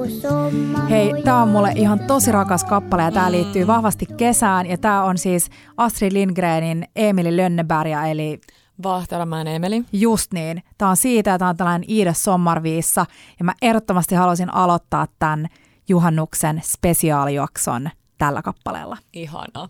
Hei, tää on mulle ihan tosi rakas kappale ja tää liittyy vahvasti kesään ja tää on siis Astrid Lindgrenin Emil Lönneberga eli Vahteramäen Emeli. Just niin. Tää on siitä ja tää on tällainen Iides sommarviissa ja mä ehdottomasti haluaisin aloittaa tämän juhannuksen spesiaalijakson tällä kappaleella. Ihana.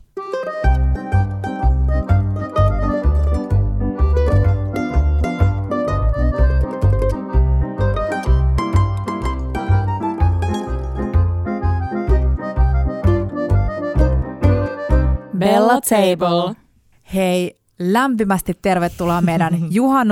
Bella Table. Hei, lämpimästi tervetuloa meidän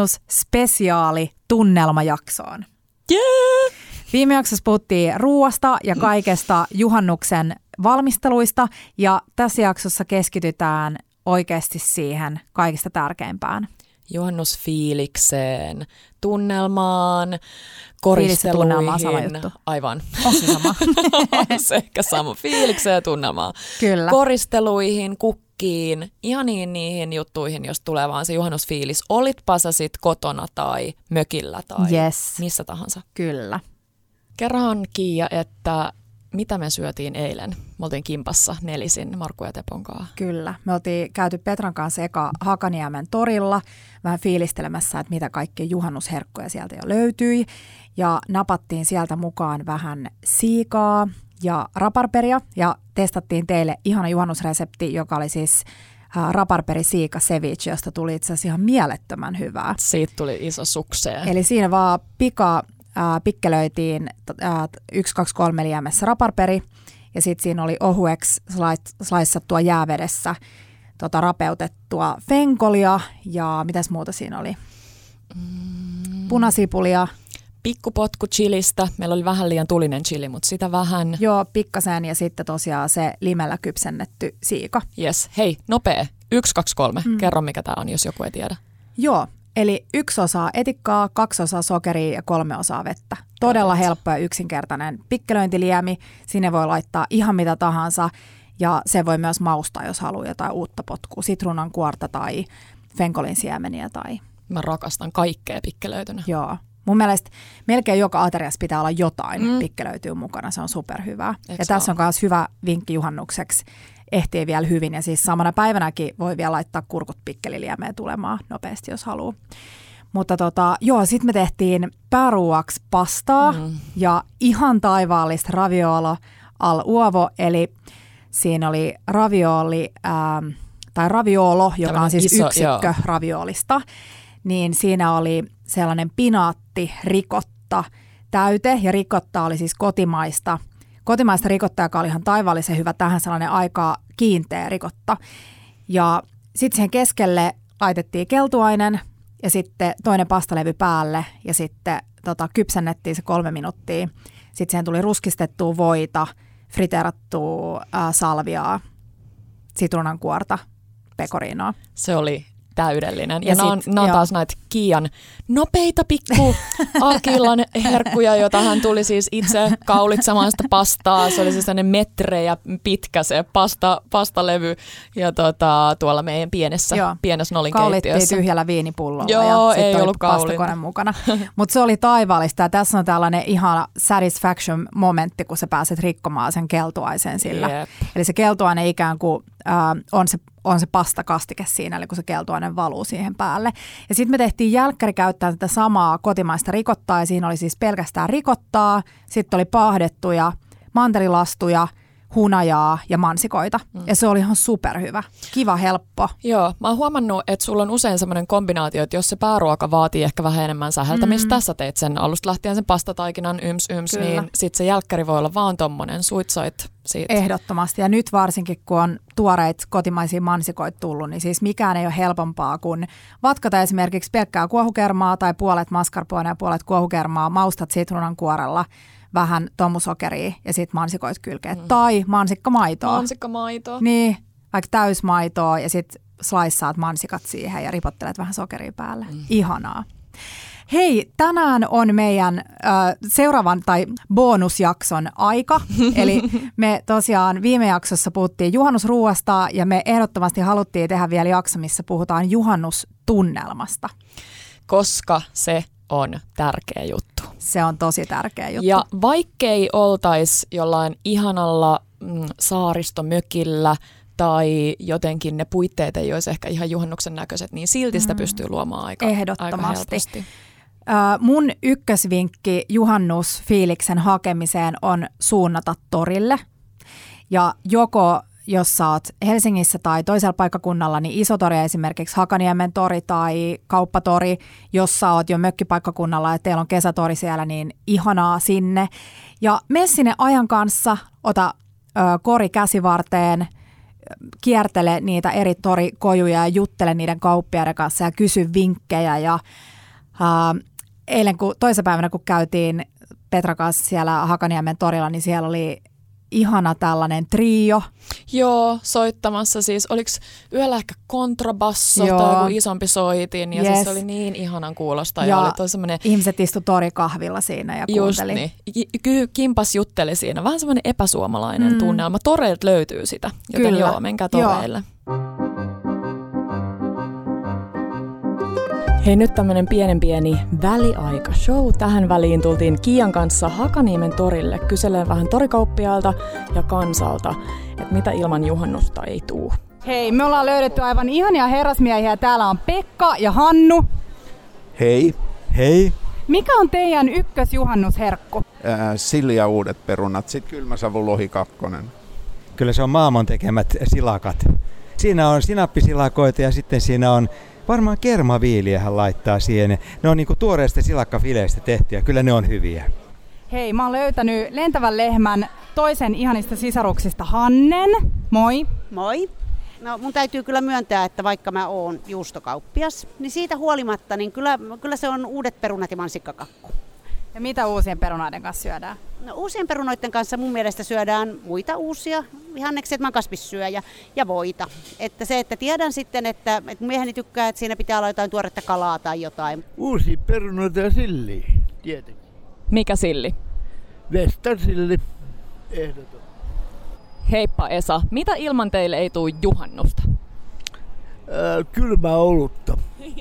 juhannusspesiaali-tunnelmajaksoon. Yeah! Viime jaksossa puhuttiin ruuasta ja kaikesta juhannuksen valmisteluista ja tässä jaksossa keskitytään oikeasti siihen kaikista tärkeimpään. Juhannusfiilikseen, tunnelmaan, koristeluihin. Tunnelma on sama juttu. Aivan. On se sama. On se ehkä sama. Fiilikseen ja tunnelmaan. Kyllä. Koristeluihin, kukkiin, ihan niihin juttuihin, jos tulee vaan se juhannusfiilis. Olitpa sä sit kotona tai mökillä tai missä tahansa. Kyllä. Kerrohan Kiia, että mitä me syötiin eilen? Me oltiin kimpassa nelisin Markku ja Tepon kanssa. Kyllä. Me oltiin käyty Petran kanssa eka Hakaniemen torilla vähän fiilistelemässä, että mitä kaikkea juhannusherkkuja sieltä jo löytyi. Ja napattiin sieltä mukaan vähän siikaa ja raparperia ja testattiin teille ihana juhannusresepti, joka oli siis raparperi siika ceviche, josta tuli itse asiassa ihan mielettömän hyvää. Siitä tuli iso sukseen. Eli siinä vaan pikkelöitiin 1, 2, 3 liemessä raparperi ja sitten siinä oli ohueksi slaissattua jäävedessä rapeutettua fenkolia ja mitäs muuta siinä oli? Punasipulia. Pikkupotku chilistä. Meillä oli vähän liian tulinen chili, mutta sitä vähän. Joo, pikkasen ja sitten tosiaan se limellä kypsennetty siika. Yes. Hei, nopea. 1, 2, 3. Kerro mikä tämä on, jos joku ei tiedä. Joo. Eli 1 osaa etikkaa, 2 osaa sokeria ja 3 osaa vettä. Todella helppo ja yksinkertainen pikkelöintiliemi. Sinne voi laittaa ihan mitä tahansa ja se voi myös maustaa, jos haluaa jotain uutta potkua. Sitruunan kuorta tai fenkolin siemeniä. Tai... Mä rakastan kaikkea pikkelöitynä. Joo. Mun mielestä melkein joka ateriassa pitää olla jotain pikkelöityy mukana. Se on superhyvää. Ja tässä on myös hyvä vinkki juhannukseksi. Ehtii vielä hyvin ja siis samana päivänäkin voi vielä laittaa kurkut pikkeliliemeen tulemaan nopeasti, jos haluaa. Mutta sitten me tehtiin pääruuaksi pastaa ja ihan taivaallista raviolo al uovo, eli siinä oli raviolo, joka on siis yksikkö raviolista, niin siinä oli sellainen pinaatti rikotta täyte ja rikotta oli siis kotimaista rikotta, joka oli ihan taivaallisen hyvä. Tähän sellainen aika kiinteä rikotta. Ja sitten siihen keskelle laitettiin keltuainen ja sitten toinen pastalevy päälle ja sitten kypsennettiin se 3 minuuttia. Sitten siihen tuli ruskistettua voita, friteerattua salviaa, sitruunankuorta, pecorinoa. Se oli täydellinen. Ja nämä on taas näitä Kiian nopeita pikku alkiillan herkkuja, joita hän tuli siis itse kaulitsemaan sitä pastaa. Se oli siis sellainen metrejä pitkä se pastalevy ja tuolla meidän pienessä nolinkeittiössä. Kaulittiin tyhjällä viinipullolla ja sitten oli pastakone mukana. Mutta se oli taivaallista ja tässä on tällainen ihana satisfaction momentti, kun sä pääset rikkomaan sen keltuaisen sillä. Yep. Eli se keltuainen ikään kuin on se pastakastike siinä, eli kun se keltuainen valuu siihen päälle. Ja sitten me tehtiin jälkkäri käyttää tätä samaa kotimaista rikottaa, ja siinä oli siis pelkästään rikottaa, sitten oli paahdettuja mantelilastuja, hunajaa ja mansikoita. Ja se oli ihan superhyvä. Kiva, helppo. Joo, mä oon huomannut, että sulla on usein semmoinen kombinaatio, että jos se pääruoka vaatii ehkä vähän enemmän säheltämistä, sä teet sen alusta lähtien sen pastataikinan niin sit se jälkkäri voi olla vaan tommonen, suitsoit siitä. Ehdottomasti. Ja nyt varsinkin, kun on tuoreita kotimaisia mansikoita tullut, niin siis mikään ei ole helpompaa kuin vatkata esimerkiksi pelkkää kuohukermaa tai puolet mascarpone ja puolet kuohukermaa, maustat sitruunankuorella, vähän tomusokeria ja sitten mansikoit kylkeet. Tai mansikkamaitoa. Mansikkamaitoa. Niin, vaikka täysmaitoa ja sitten slaissaat mansikat siihen ja ripottelet vähän sokeria päälle. Ihanaa. Hei, tänään on meidän seuraavan tai bonusjakson aika. Eli me tosiaan viime jaksossa puhuttiin juhannusruuasta ja me ehdottomasti haluttiin tehdä vielä jakso, missä puhutaan juhannustunnelmasta. Koska se on tärkeä juttu. Se on tosi tärkeä juttu. Ja vaikkei oltaisi jollain ihanalla saaristomökillä tai jotenkin ne puitteet ei olisi ehkä ihan juhannuksen näköiset, niin silti sitä pystyy luomaan aika helposti. Mun ykkösvinkki juhannusfiiliksen hakemiseen on suunnata torille. Ja joko jos sä oot Helsingissä tai toisella paikkakunnalla, niin Isotori esimerkiksi Hakaniemen tori tai Kauppatori, jos sä oot jo mökkipaikkakunnalla ja teillä on kesätori siellä, niin ihanaa sinne. Ja mene sinne ajan kanssa, ota kori käsivarteen, kiertele niitä eri torikojuja ja juttele niiden kauppiaiden kanssa ja kysy vinkkejä. Ja eilen toissapäivänä, kun käytiin Petran kanssa siellä Hakaniemen torilla, niin siellä oli ihana tällainen trio. Joo, soittamassa siis. Oliko yöllä ehkä kontrabasso tai joku isompi soitin ja siis se oli niin ihanan kuulosta. Ja oli semmoinen... ihmiset istu torikahvilla siinä ja kuunteli. Just niin. Kimpas jutteli siinä. Vähän semmoinen epäsuomalainen tunnelma. Toreilta löytyy sitä, joten Kyllä. joo, menkää toreille. Hei, nyt tämmönen pieni väliaikashow. Tähän väliin tultiin Kiian kanssa Hakaniemen torille kyselemään vähän torikauppiailta ja kansalta, että mitä ilman juhannusta ei tuu. Hei, me ollaan löydetty aivan ihania herrasmiehiä. Täällä on Pekka ja Hannu. Hei. Hei. Mikä on teidän ykkösjuhannusherkku? Silja uudet perunat, sitten kylmäsavun lohi 2. Kyllä se on maamon tekemät silakat. Siinä on sinappisilakoita ja sitten siinä on varmaan kermaviiliä hän laittaa siihen. Ne on niinku tuoreista silakkafileistä tehtyjä. Kyllä ne on hyviä. Hei, mä oon löytänyt Lentävän lehmän toisen ihanista sisaruksista Hannen. Moi. Moi. No mun täytyy kyllä myöntää, että vaikka mä oon juustokauppias, niin siitä huolimatta, niin kyllä se on uudet perunat ja mansikkakakku. Ja mitä uusien perunoiden kanssa syödään? No, uusien perunoiden kanssa mun mielestä syödään muita uusia vihanneksia, että mä oon kasvissyöjä ja voita. Että se, että tiedän sitten, että mieheni tykkää, että siinä pitää olla jotain tuoretta kalaa tai jotain. Uusia perunoita ja silliä, tietenkin. Mikä silli? Vestarsilli, ehdoton. Heippa Esa, mitä ilman teille ei tule juhannusta? Kylmää olutta.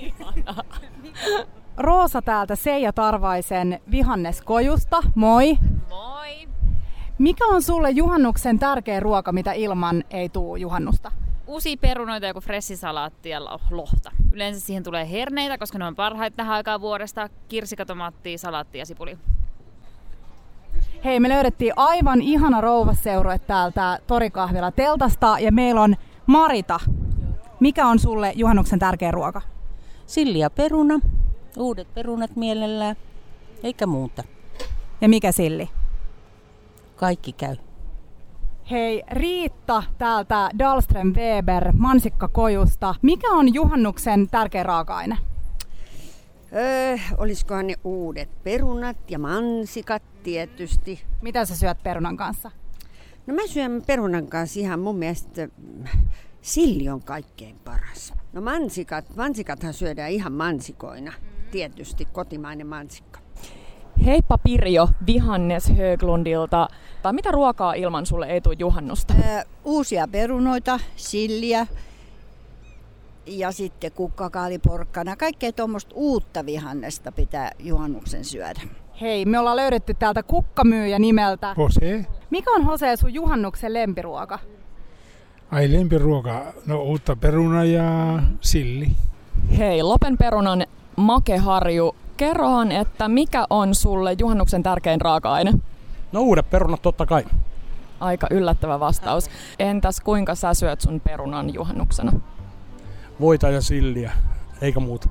Roosa täältä Seija Tarvaisen vihanneskojusta. Moi. Moi. Mikä on sulle juhannuksen tärkeä ruoka, mitä ilman ei tule juhannusta? Uusia perunoita, joku fressisalaatti ja lohta. Yleensä siihen tulee herneitä, koska ne on parhaita tähän aikaan vuodesta. Kirsikatomaattia, salaattia ja sipuli. Hei, me löydettiin aivan ihana rouvasseurue täältä torikahvila teltasta ja meillä on Marita. Mikä on sulle juhannuksen tärkeä ruoka? Silli ja peruna, uudet perunat mielellään, eikä muuta. Ja mikä silli? Kaikki käy. Hei, Riitta täältä Dahlström Weber mansikkakojusta. Mikä on juhannuksen tärkeä raaka-aine? Olisikohan ne uudet perunat ja mansikat tietysti. Mitä sä syöt perunan kanssa? No mä syön perunan kanssa ihan mun mielestä silli on kaikkein paras. No mansikathan syödään ihan mansikoina. Tietysti kotimainen mansikka. Heippa Pirjo Vihannes Höglundilta. Mitä ruokaa ilman sulle ei tule juhannusta? Uusia perunoita, silliä ja sitten kukkakaaliporkkana. Kaikkea tuommoista uutta vihannesta pitää juhannuksen syödä. Hei, me ollaan löydetty täältä kukkamyyjä nimeltä Jose. Mikä on Jose sun juhannuksen lempiruoka? Ai lempiruoka? No uutta peruna ja silli. Hei, Lopen perunan Makeharju. Kerrohan, että mikä on sulle juhannuksen tärkein raaka-aine? No uudet perunat totta kai. Aika yllättävä vastaus. Entäs kuinka sä syöt sun perunan juhannuksena? Voita ja silliä, eikä muuta.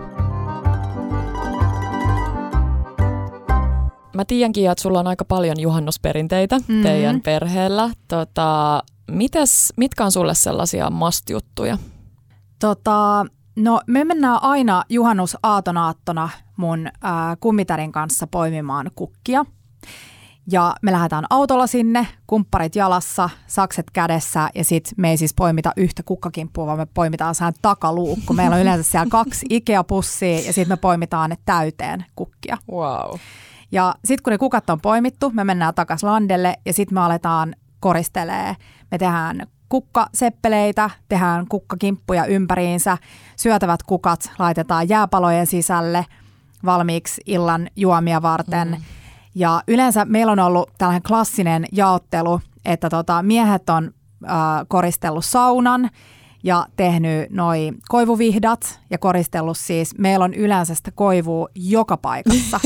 Mä tiedänkin, että sulla on aika paljon juhannusperinteitä teidän perheellä. Mitkä on sulle sellaisia must-juttuja? No me mennään aina juhannusaatonaattona mun kummitärin kanssa poimimaan kukkia. Ja me lähdetään autolla sinne, kumpparit jalassa, sakset kädessä ja sitten me ei siis poimita yhtä kukkakimppua, vaan me poimitaan sehän takaluukku. Meillä on yleensä siellä 2 Ikea-pussia ja sitten me poimitaan ne täyteen kukkia. Wow. Ja sitten kun ne kukat on poimittu, me mennään takaisin landelle ja sitten me aletaan koristelee. Me tehdään kukkaseppeleitä, tehdään kukkakimppuja ympäriinsä, syötävät kukat laitetaan jääpalojen sisälle, valmiiksi illan juomia varten. Ja yleensä meillä on ollut tällainen klassinen jaottelu, että miehet on koristellut saunan ja tehnyt noi koivuvihdat ja koristellut siis, meillä on yleensä sitä koivua joka paikassa.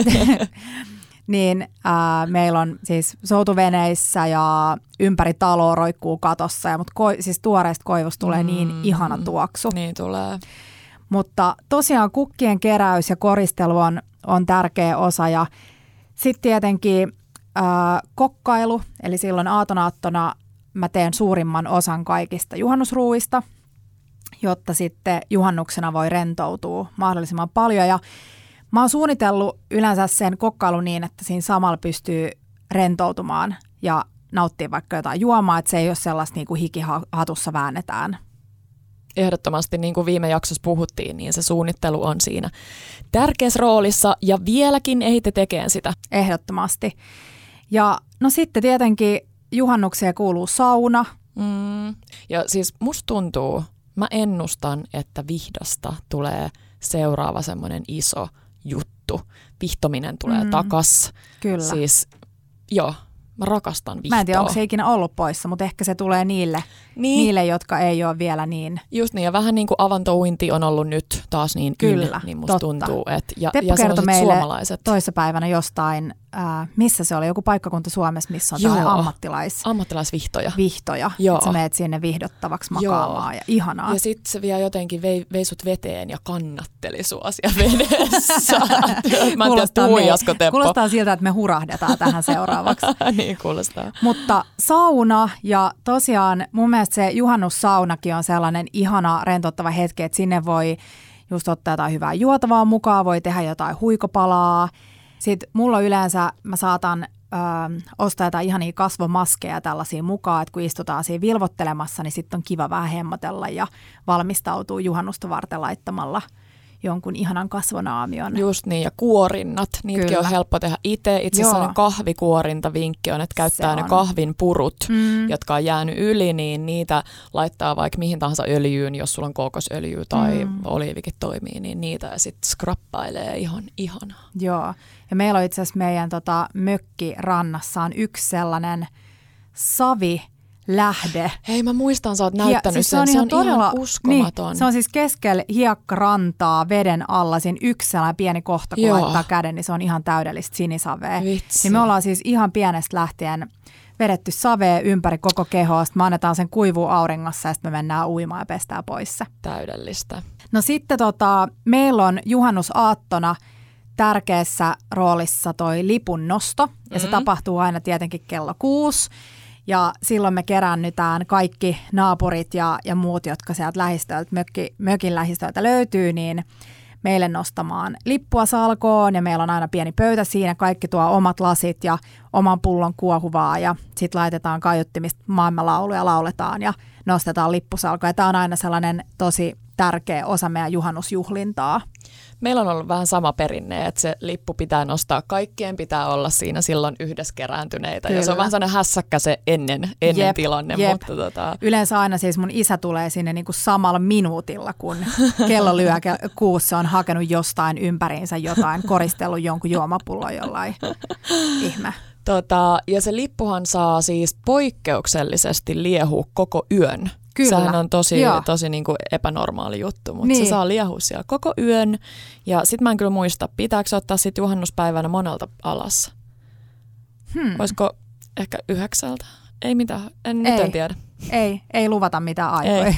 Niin meillä on siis soutuveneissä ja ympäri taloa roikkuu katossa, mutta siis tuoreesta koivusta tulee niin ihana tuoksu. Niin tulee. Mutta tosiaan kukkien keräys ja koristelu on tärkeä osa ja sitten tietenkin kokkailu, eli silloin aatonaattona mä teen suurimman osan kaikista juhannusruuista, jotta sitten juhannuksena voi rentoutua mahdollisimman paljon. Ja mä oon suunnitellut yleensä sen kokkailun niin, että siinä samalla pystyy rentoutumaan ja nauttii vaikka jotain juomaa, että se ei ole sellaista niin kuin hikihatussa väännetään. Ehdottomasti, niin kuin viime jaksossa puhuttiin, niin se suunnittelu on siinä tärkeässä roolissa ja vieläkin ehditte tekemään sitä. Ehdottomasti. Ja no sitten tietenkin juhannukseen kuuluu sauna. Ja siis musta tuntuu, mä ennustan, että vihdasta tulee seuraava semmoinen iso juttu. Vihtominen tulee takas. Kyllä. Siis joo. Mä rakastan vihtoa. Mä en tiedä, onko se ikinä ollut poissa, mutta ehkä se tulee niille, jotka ei ole vielä niin. Just niin, ja vähän niin kuin avantouinti on ollut nyt taas niin kyllä, niin musta tuntuu. Teppo kertoi meille toissapäivänä jostain, missä se oli, joku paikkakunta Suomessa, missä on tällainen ammattilaisvihtoja. Että sä meet sinne vihdottavaksi makaamaan ja ihanaa. Ja sitten se vielä jotenkin vei sut veteen ja kannatteli sua siellä vedessä. Mä en tiedä, tuijasko Teppo. Kuulostaa siltä, että me hurahdetaan tähän seuraavaksi. Niin kuulostaa. Mutta sauna ja tosiaan mun mielestä se juhannussaunakin on sellainen ihana rentouttava hetki, että sinne voi just ottaa jotain hyvää juotavaa mukaan, voi tehdä jotain huikopalaa. Sitten mulla yleensä mä saatan ostaa jotain ihania kasvomaskeja tällaisia mukaan, että kun istutaan siinä vilvottelemassa, niin sitten on kiva vähän hemmotella ja valmistautuu juhannusta varten laittamalla jonkun ihanan kasvonaamion. Just niin, ja kuorinnat, niitäkin on helppo tehdä itse. Itse asiassa kahvikuorintavinkki on, että käyttää ne kahvin purut, jotka on jäänyt yli, niin niitä laittaa vaikka mihin tahansa öljyyn, jos sulla on kookosöljyä tai oliivikin toimii, niin niitä ja sitten skrappailee ihan ihanaa. Joo, ja meillä on itse asiassa meidän mökkirannassa on yksi sellainen savilähde. Hei, mä muistan, sä oot näyttänyt siis sen. Se on todella, ihan uskomaton. Niin, se on siis keskellä hiekkarantaa veden alla, siinä yksi sellainen pieni kohta, kun laittaa käden, niin se on ihan täydellistä sinisavea. Niin me ollaan siis ihan pienestä lähtien vedetty savea ympäri koko kehoa, sitten me annetaan sen kuivua auringossa ja sitten me mennään uimaan ja pestään pois se. Täydellistä. No sitten meillä on juhannusaattona tärkeässä roolissa toi lipun nosto, ja se tapahtuu aina tietenkin kello 6. Ja silloin me keräännytään kaikki naapurit ja muut, jotka sieltä lähistöltä, mökin lähistöltä löytyy, niin meille nostamaan lippua salkoon. Ja meillä on aina pieni pöytä siinä, kaikki tuo omat lasit ja oman pullon kuohuvaa. Ja sitten laitetaan kaiuttimista maailmanlauluja, lauletaan ja nostetaan lippusalkoa. Ja tämä on aina sellainen tosi tärkeä osa meidän juhannusjuhlintaa. Meillä on ollut vähän sama perinne, että se lippu pitää nostaa, kaikkien pitää olla siinä silloin yhdessä kerääntyneitä. Kyllä. Ja se on vähän sellainen hässäkkä se ennen tilanne. Mutta Yleensä aina siis mun isä tulee sinne niinku samalla minuutilla, kun kello lyö 6, se on hakenut jostain ympäriinsä jotain, koristellut jonkun juomapullon jollain ihme. Ja se lippuhan saa siis poikkeuksellisesti liehua koko yön. Kyllä. Sehän on tosi niin kuin epänormaali juttu, mutta se saa liehua siellä koko yön. Ja sit mä en kyllä muista, pitääkö ottaa sit juhannuspäivänä monelta alas? Olisiko ehkä 9? Ei mitään, en tiedä. Ei luvata mitään aikoja.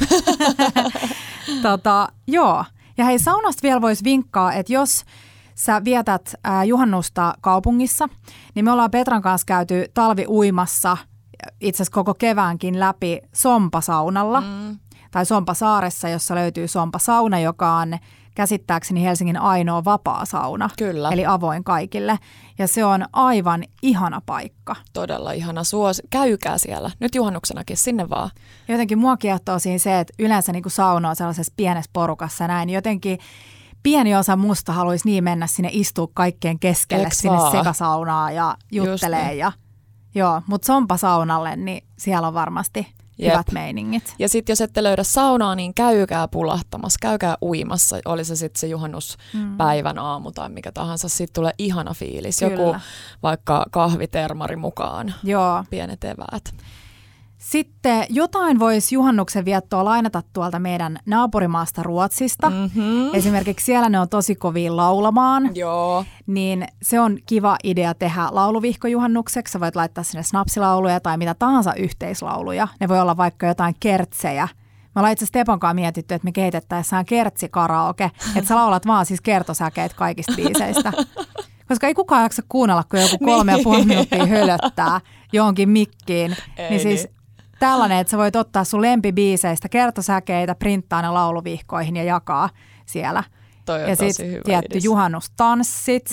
Joo, ja hei, saunasta vielä voisi vinkkaa, että jos sä vietät juhannusta kaupungissa, niin me ollaan Petran kanssa käyty talviuimassa itse asiassa koko keväänkin läpi Sompasaunalla tai Sompasaaressa, jossa löytyy Sompasauna, joka on käsittääkseni Helsingin ainoa vapaa sauna. Kyllä. Eli avoin kaikille. Ja se on aivan ihana paikka. Todella ihana. Käykää siellä. Nyt juhannuksenakin, sinne vaan. Jotenkin mua kiehtoo siinä se, että yleensä niin kuin sauna on sellaisessa pienessä porukassa näin. Jotenkin pieni osa musta haluaisi niin mennä sinne istua kaikkien keskelle sinne sekasaunaan ja juttelee. Joo, mutta Sompasaunalle, niin siellä on varmasti hyvät meiningit. Ja sitten jos ette löydä saunaa, niin käykää pulahtamassa, käykää uimassa. Oli se sitten se juhannuspäivän aamu tai mikä tahansa. Sitten tulee ihana fiilis. Kyllä. Joku vaikka kahvitermari mukaan. Joo. Pienet eväät. Sitten jotain voisi juhannuksen viettoa lainata tuolta meidän naapurimaasta Ruotsista. Esimerkiksi siellä ne on tosi kovia laulamaan. Joo. Niin se on kiva idea tehdä lauluvihko juhannukseksi. Sä voit laittaa sinne snapsilauluja tai mitä tahansa yhteislauluja. Ne voi olla vaikka jotain kertsejä. Me ollaan itse asiassa Tepon kanssa mietitty, että me kehitettäessään kertsikaraoke. Että sä laulat vaan siis kertosäkeet kaikista biiseistä. Koska ei kukaan jaksa kuunnella, kun joku 3,5 minuuttia hölöttää johonkin mikkiin. Niin siis tällainen, että sä voit ottaa sun lempibiiseistä kertosäkeitä, printtaa ne lauluvihkoihin ja jakaa siellä. Ja sitten tietty juhannustanssit.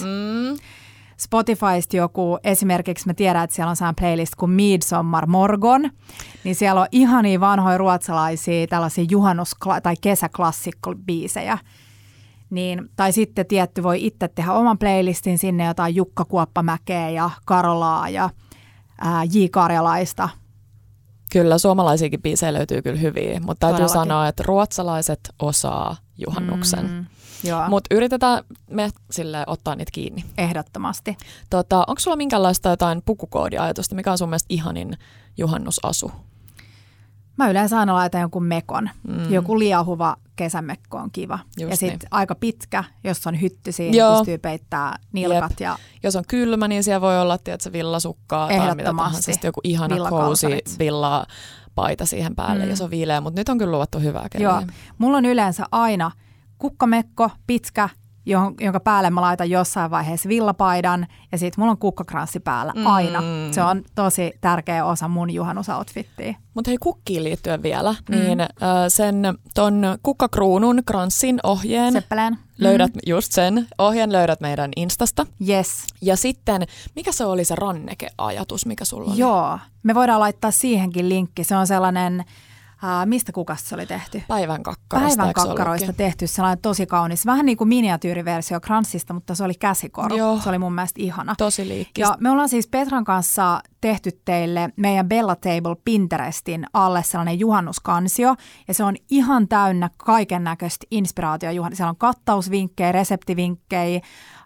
Spotifysta joku, esimerkiksi mä tiedän, että siellä on sellainen playlist kuin Midsommar Morgon, niin siellä on ihania vanhoja ruotsalaisia tällaisia tai kesäklassikkobiisejä. Niin, tai sitten tietty voi itse tehdä oman playlistin sinne jotain Jukka Kuoppamäkeä ja Karolaa ja J. Karjalaista. Kyllä, suomalaisiakin biisejä löytyy kyllä hyviä, mutta täytyy sanoa, että ruotsalaiset osaa juhannuksen. Mutta yritetään me sille ottaa niitä kiinni. Ehdottomasti. Onko sulla minkälaista jotain pukukoodiajatusta? Mikä on sun mielestä ihanin juhannusasu? Mä yleensä aina laitan jonkun mekon. Joku liehuva kesämekko on kiva. Just ja sitten aika pitkä, jos on hytty siinä, pystyy peittämään nilkat. Ja jos on kylmä, niin siellä voi olla villasukkaa tai mitä tahansa. Sitten joku ihana cozy villapaita siihen päälle, jos on viileä. Mutta nyt on kyllä luvattu hyvää keliä. Joo. Mulla on yleensä aina kukkamekko, pitkä, jonka päälle mä laitan jossain vaiheessa villapaidan ja sitten mulla on kukkakranssi päällä aina. Se on tosi tärkeä osa mun juhannusoutfittiä. Mutta hei, kukkiin liittyen vielä, niin ton kukkakruunun, kranssin ohjeen löydät just sen. Ohjeen löydät meidän Instasta. Yes. Ja sitten, mikä se oli se rannekeajatus, mikä sulla oli? Joo, me voidaan laittaa siihenkin linkki. Se on sellainen... mistä kukasta se oli tehty? Päivän kakkaroista. Päivän kakkaroista tehty, sellainen tosi kaunis. Vähän niin kuin miniatyyriversio kranssista, mutta se oli käsikoru. Joo. Se oli mun mielestä ihana. Tosi liikkistä. Ja me ollaan siis Petran kanssa tehty teille meidän Bella Table Pinterestin alle sellainen juhannuskansio. Ja se on ihan täynnä kaiken näköistä inspiraatioa. Siellä on kattausvinkkejä, reseptivinkkejä,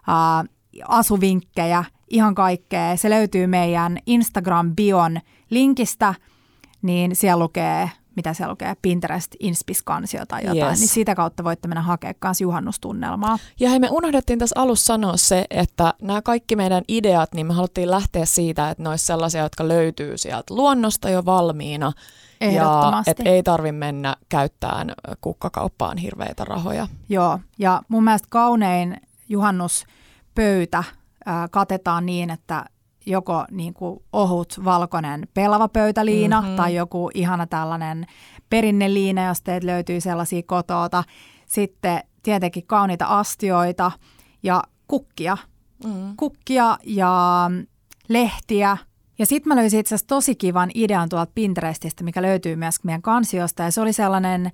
asuvinkkejä, ihan kaikkea. Se löytyy meidän Instagram-bion linkistä, niin siellä lukee... mitä siellä lukee, Pinterest, Inspis-kansio tai jotain, niin sitä kautta voitte mennä hakemaan myös juhannustunnelmaa. Ja hei, me unohdettiin tässä alussa sanoa se, että nämä kaikki meidän ideat, niin me haluttiin lähteä siitä, että ne olisi sellaisia, jotka löytyy sieltä luonnosta jo valmiina. Ehdottomasti. Ja että ei tarvitse mennä käyttämään kukkakauppaan hirveitä rahoja. Joo, ja mun mielestä kaunein juhannuspöytä katetaan niin, että joko niin kuin ohut valkoinen pelava pöytäliina tai joku ihana tällainen perinneliina, jos teiltä löytyy sellaisia kotoota. Sitten tietenkin kauniita astioita ja kukkia. Kukkia ja lehtiä. Ja sitten mä löysin itse asiassa tosi kivan idean tuolta Pinterestistä, mikä löytyy myös meidän kansiosta. Ja se oli sellainen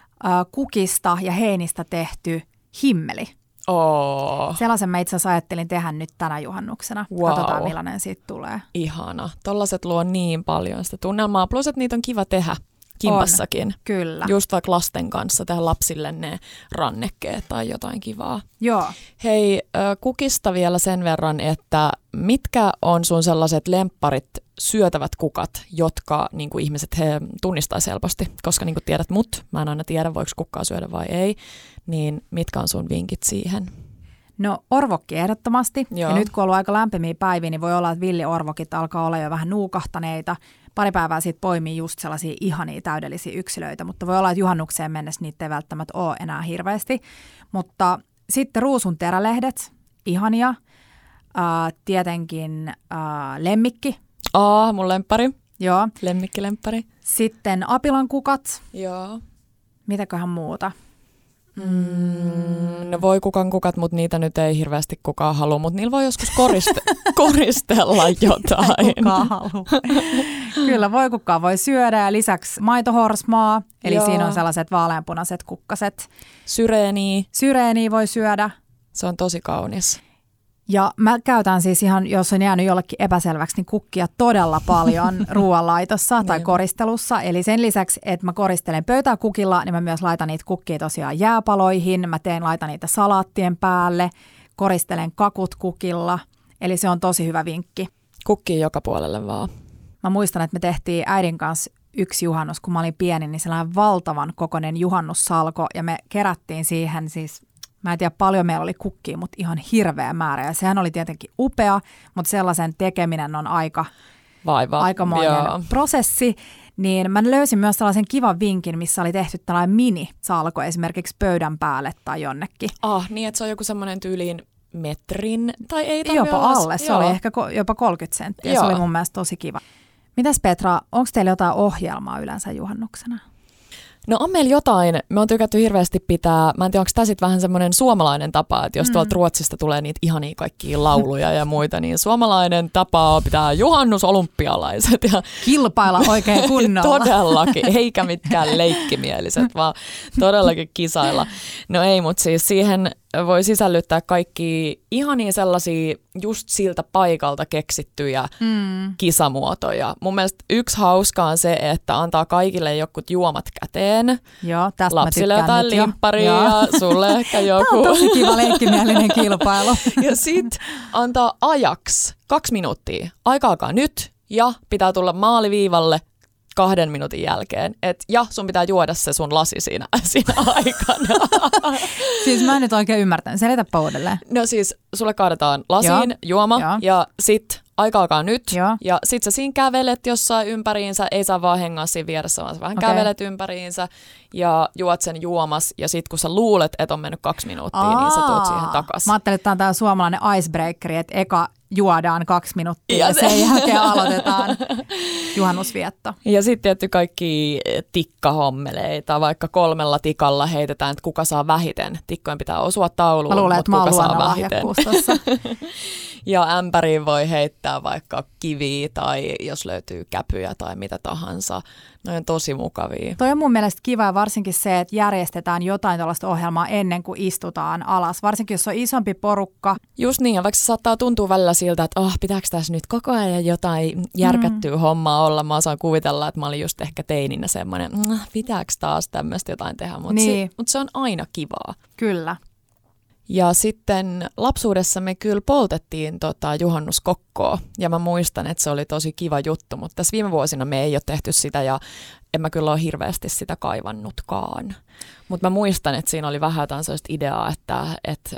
kukista ja heinistä tehty himmeli. Sellaisen mä itse asiassa ajattelin tehdä nyt tänä juhannuksena. Wow. Katsotaan millainen siitä tulee. Ihana. Tollaset luo niin paljon sitä tunnelmaa. Plus, että niitä on kiva tehdä kimpassakin. On, kyllä. Just vaikka lasten kanssa tehdä lapsille ne rannekkeet tai jotain kivaa. Joo. Hei, kukista vielä sen verran, että mitkä on sun sellaiset lempparit syötävät kukat, jotka niin kuin ihmiset he tunnistaisi helposti? Koska niin kuin tiedät mä en aina tiedä, voiko kukkaa syödä vai ei. Niin mitkä on sun vinkit siihen? No orvokki ehdottomasti. Joo. Ja nyt kun on ollut aika lämpimiä päiviä, niin voi olla, että villiorvokit alkaa olla jo vähän nuukahtaneita. Pari päivää sitten poimii just sellaisia ihania täydellisiä yksilöitä, mutta voi olla, että juhannukseen mennessä niitä ei välttämättä ole enää hirveästi. Mutta sitten ruusun terälehdet, ihania. Tietenkin lemmikki. Mun lemppari. Joo. Lemmikkilemppari. Sitten apilankukat. Joo. Mitäköhän muuta? No voi kukat, mutta niitä nyt ei hirveästi kukaan halua, mutta niillä voi joskus koristella jotain. Kukaan halua. Kyllä voi kukaan voi syödä ja lisäksi maitohorsmaa, eli siinä on sellaiset vaaleanpunaiset kukkaset. Syreeniä. Syreeniä voi syödä. Se on tosi kaunis. Ja mä käytän siis ihan, jos on jäänyt jollekin epäselväksi, niin kukkia todella paljon ruoanlaitossa tai koristelussa. Eli sen lisäksi, että mä koristelen pöytää kukilla, niin mä myös laitan niitä kukkia tosiaan jääpaloihin. Mä laitan niitä salaattien päälle, koristelen kakut kukilla. Eli se on tosi hyvä vinkki. Kukkii joka puolelle vaan. Mä muistan, että me tehtiin äidin kanssa yksi juhannus, kun mä olin pieni, niin sellainen valtavan kokoinen juhannussalko. Ja me kerättiin siihen siis... Mä en tiedä paljon meillä oli kukkia, mutta ihan hirveä määrä. Ja sehän oli tietenkin upea, mutta sellaisen tekeminen on aikamoinen prosessi. Niin mä löysin myös sellaisen kivan vinkin, missä oli tehty tällainen mini-salko esimerkiksi pöydän päälle tai jonnekin. Niin että se on joku semmoinen tyyliin metrin tai ei jopa alle. Se oli ehkä jopa 30 senttiä. Se oli mun mielestä tosi kiva. Mitäs Petra, onko teillä jotain ohjelmaa yleensä juhannuksena? No on meillä jotain. Me on tykätty hirveästi pitää, mä en tiedä, onko tämä sitten vähän semmoinen suomalainen tapa, että jos tuolta Ruotsista tulee niitä ihania kaikkia lauluja ja muita, niin suomalainen tapa on pitää juhannusolympialaiset. Ja kilpailla oikein kunnolla. Todellakin, eikä mitkään leikkimieliset, vaan todellakin kisailla. No ei, mutta siis siihen voi sisällyttää kaikki ihania sellaisia just siltä paikalta keksittyjä kisamuotoja. Mun mielestä yksi hauska on se, että antaa kaikille jokut juomat käteen. Joo, tästä lapsille jotain limpparia ja sulle ehkä joku. Tämä on tosi kiva leikkimielinen kilpailu. Ja sit antaa ajaksi 2 minuuttia. Aika alkaa nyt ja pitää tulla maaliviivalle 2 minuutin jälkeen. Ja sun pitää juoda se sun lasi siinä aikana. Siis mä en nyt oikein ymmärtänyt. Selitäpä uudelleen. No siis sulle kaadetaan lasiin juoma ja sit aika alkaa nyt. Ja sit sä siinä kävelet jossain ympäriinsä. Ei saa vaan hengaa siinä vieressä, vaan sä vähän kävelet ympäriinsä ja juot sen juomas. Ja sit kun sä luulet, että on mennyt 2 minuuttia, niin sä tuut siihen takaisin. Mä ajattelin, että tää on tää suomalainen icebreakeri, että eka juodaan 2 minuuttia ja sen jälkeen aloitetaan juhannusvietto. Ja sitten tietty kaikki tikkahommeleita, vaikka 3 tikalla heitetään, että kuka saa vähiten. Tikkojen pitää osua tauluun, mutta kuka saa vähiten. Ja ämpäriin voi heittää vaikka kiviä tai jos löytyy käpyjä tai mitä tahansa. Ne on tosi mukavia. Toi on mun mielestä kiva ja varsinkin se, että järjestetään jotain tällaista ohjelmaa ennen kuin istutaan alas. Varsinkin jos on isompi porukka. Just niin, ja vaikka se saattaa tuntua välillä siltä, että pitääkö tässä nyt koko ajan jotain järkättyä hommaa olla. Mä osaan kuvitella, että mä olin just ehkä teininä semmoinen, pitääkö taas tämmöistä jotain tehdä, mutta se on aina kivaa. Kyllä. Ja sitten lapsuudessa me kyllä poltettiin juhannuskokkoa ja mä muistan, että se oli tosi kiva juttu, mutta tässä viime vuosina me ei ole tehty sitä ja en mä kyllä ole hirveästi sitä kaivannutkaan. Mutta mä muistan, että siinä oli vähän jotain sellaista ideaa, että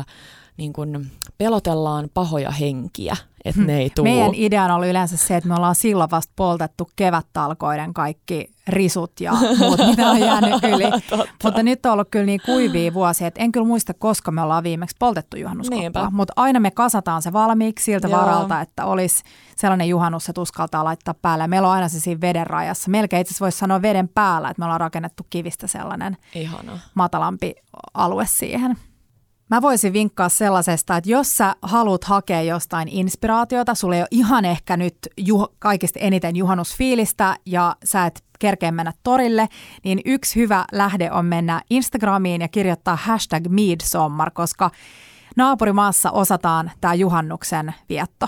niin kun pelotellaan pahoja henkiä, että ne ei tule. Meidän idea oli yleensä se, että me ollaan silloin vasta poltettu kevättalkoiden kaikki risut ja muut, mitä on jäänyt yli. Mutta nyt on ollut kyllä niin kuivia vuosia, että en kyllä muista, koska me ollaan viimeksi poltettu juhannuskokkoa. Mutta aina me kasataan se valmiiksi siltä varalta, että olisi sellainen juhannus, että uskaltaa laittaa päälle. Meillä on aina se siinä veden rajassa. Melkein itse asiassa voisi sanoa veden päällä, että me ollaan rakennettu kivistä sellainen matalampi alue siihen. Mä voisin vinkkaa sellaisesta, että jos sä haluat hakea jostain inspiraatiota, sulla ei ole ihan ehkä nyt kaikista eniten juhannusfiilistä ja sä et kerkeä mennä torille, niin yksi hyvä lähde on mennä Instagramiin ja kirjoittaa #Midsommar, koska naapurimaassa osataan tää juhannuksen vietto.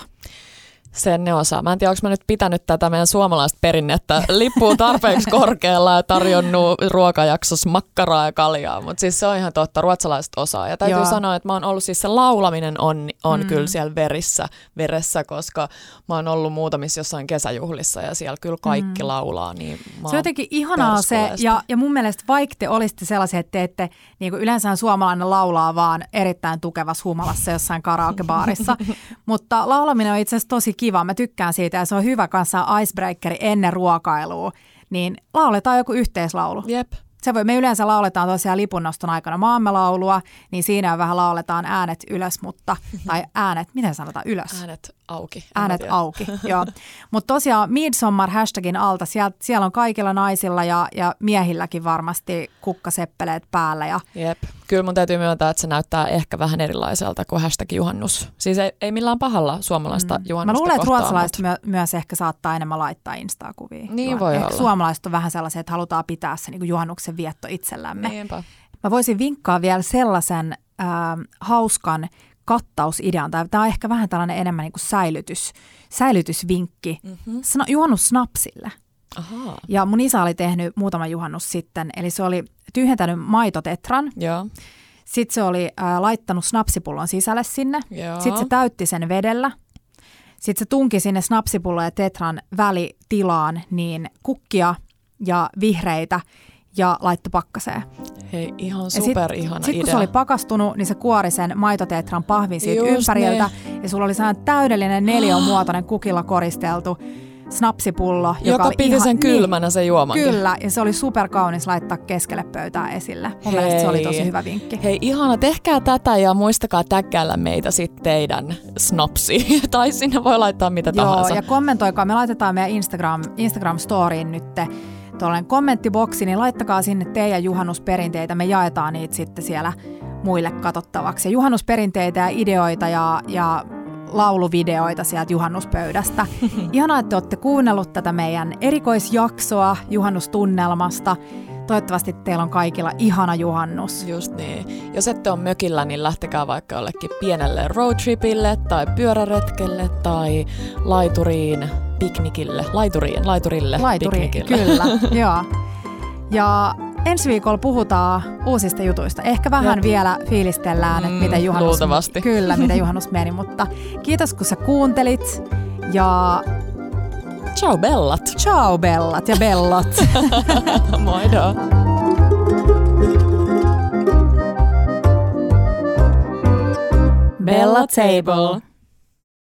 Sen ne osaa. Mä en tiedä, onko mä nyt pitänyt tätä meidän suomalaista perinnettä lippuun tarpeeksi korkealla ja tarjonnut ruokajaksossa makkaraa ja kaljaa, mutta siis se on ihan totta, ruotsalaiset osaa. Ja täytyy sanoa, että mä oon ollut siis se laulaminen on kyllä siellä veressä, koska mä oon ollut muutamissa jossain kesäjuhlissa ja siellä kyllä kaikki laulaa. Niin se on jotenkin ihanaa se, ja mun mielestä vaikka te olisitte sellaisia, että teette, niin kuin yleensä suomalainen laulaa vaan erittäin tukevassa humalassa jossain karaokebaarissa, mutta laulaminen on itse asiassa tosi kiva. Mä tykkään siitä ja se on hyvä kanssa icebreakeri ennen ruokailua, niin lauletaan joku yhteislaulu. Jep. Me yleensä lauletaan tosiaan lipunnoston aikana maamme laulua, niin siinä vähän lauletaan äänet ylös, tai äänet, miten sanotaan ylös? Äänet auki. Äänet auki, joo. Mutta tosiaan Midsommar hashtagin alta, siellä on kaikilla naisilla ja miehilläkin varmasti kukkaseppeleet päällä. Jep. Kyllä mun täytyy myöntää, että se näyttää ehkä vähän erilaiselta kuin #juhannus. Siis ei millään pahalla suomalaista juhannusta. Mä luulen, että ruotsalaiset myös ehkä saattaa enemmän laittaa Insta-kuvia. Niin voi olla. Suomalaiset on vähän sellaisia, että halutaan pitää se niin kuin juhannuksen vietto itsellämme. Niinpä. Mä voisin vinkkaa vielä sellaisen hauskan kattausidean, tai tämä on ehkä vähän tällainen enemmän niin kuin säilytysvinkki juhannussnapsille. Ahaa. Ja mun isä oli tehnyt muutama juhannus sitten, eli se oli tyhjentänyt maitotetran. Joo. Sitten se oli laittanut snapsipullon sisälle sinne. Joo. Sitten se täytti sen vedellä. Sitten se tunki sinne snapsipullon ja tetran välitilaan niin kukkia ja vihreitä ja laittoi pakkaseen. Hei, ihan superihana idea. Sitten kun se oli pakastunut, niin se kuori sen maitotetran pahvin siitä ympäriltä. Ja sulla oli sellainen täydellinen neliömuotoinen kukilla koristeltu snapsipullo. Joka piti sen kylmänä se juomankin. Kyllä, ja se oli superkaunis laittaa keskelle pöytää esille. Mun mielestä se oli tosi hyvä vinkki. Hei, ihana, tehkää tätä ja muistakaa tägäillä meitä sitten teidän snapsi. Tai sinne voi laittaa mitä tahansa. Joo, ja kommentoikaa. Me laitetaan meidän Instagram-storiin nyt tuollainen kommenttiboksi, niin laittakaa sinne teidän juhannusperinteitä. Me jaetaan niitä sitten siellä muille katsottavaksi. Ja juhannusperinteitä ja ideoita ja lauluvideoita sieltä juhannuspöydästä. Ihanaa, että olette kuunnellut tätä meidän erikoisjaksoa juhannustunnelmasta. Toivottavasti teillä on kaikilla ihana juhannus. Just niin. Jos ette ole mökillä, niin lähtekää vaikka jollekin pienelle roadtripille tai pyöräretkelle tai laituriin piknikille. Laiturille piknikille. Kyllä, joo. Ja ensi viikolla puhutaan uusista jutuista. Ehkä vähän vielä fiilistellään, että miten juhannus, luultavasti. Kyllä, miten juhannus meni, mutta kiitos kun sä kuuntelit ja ciao bellat. Ciao bellat ja bellot. Moido. Bella Table.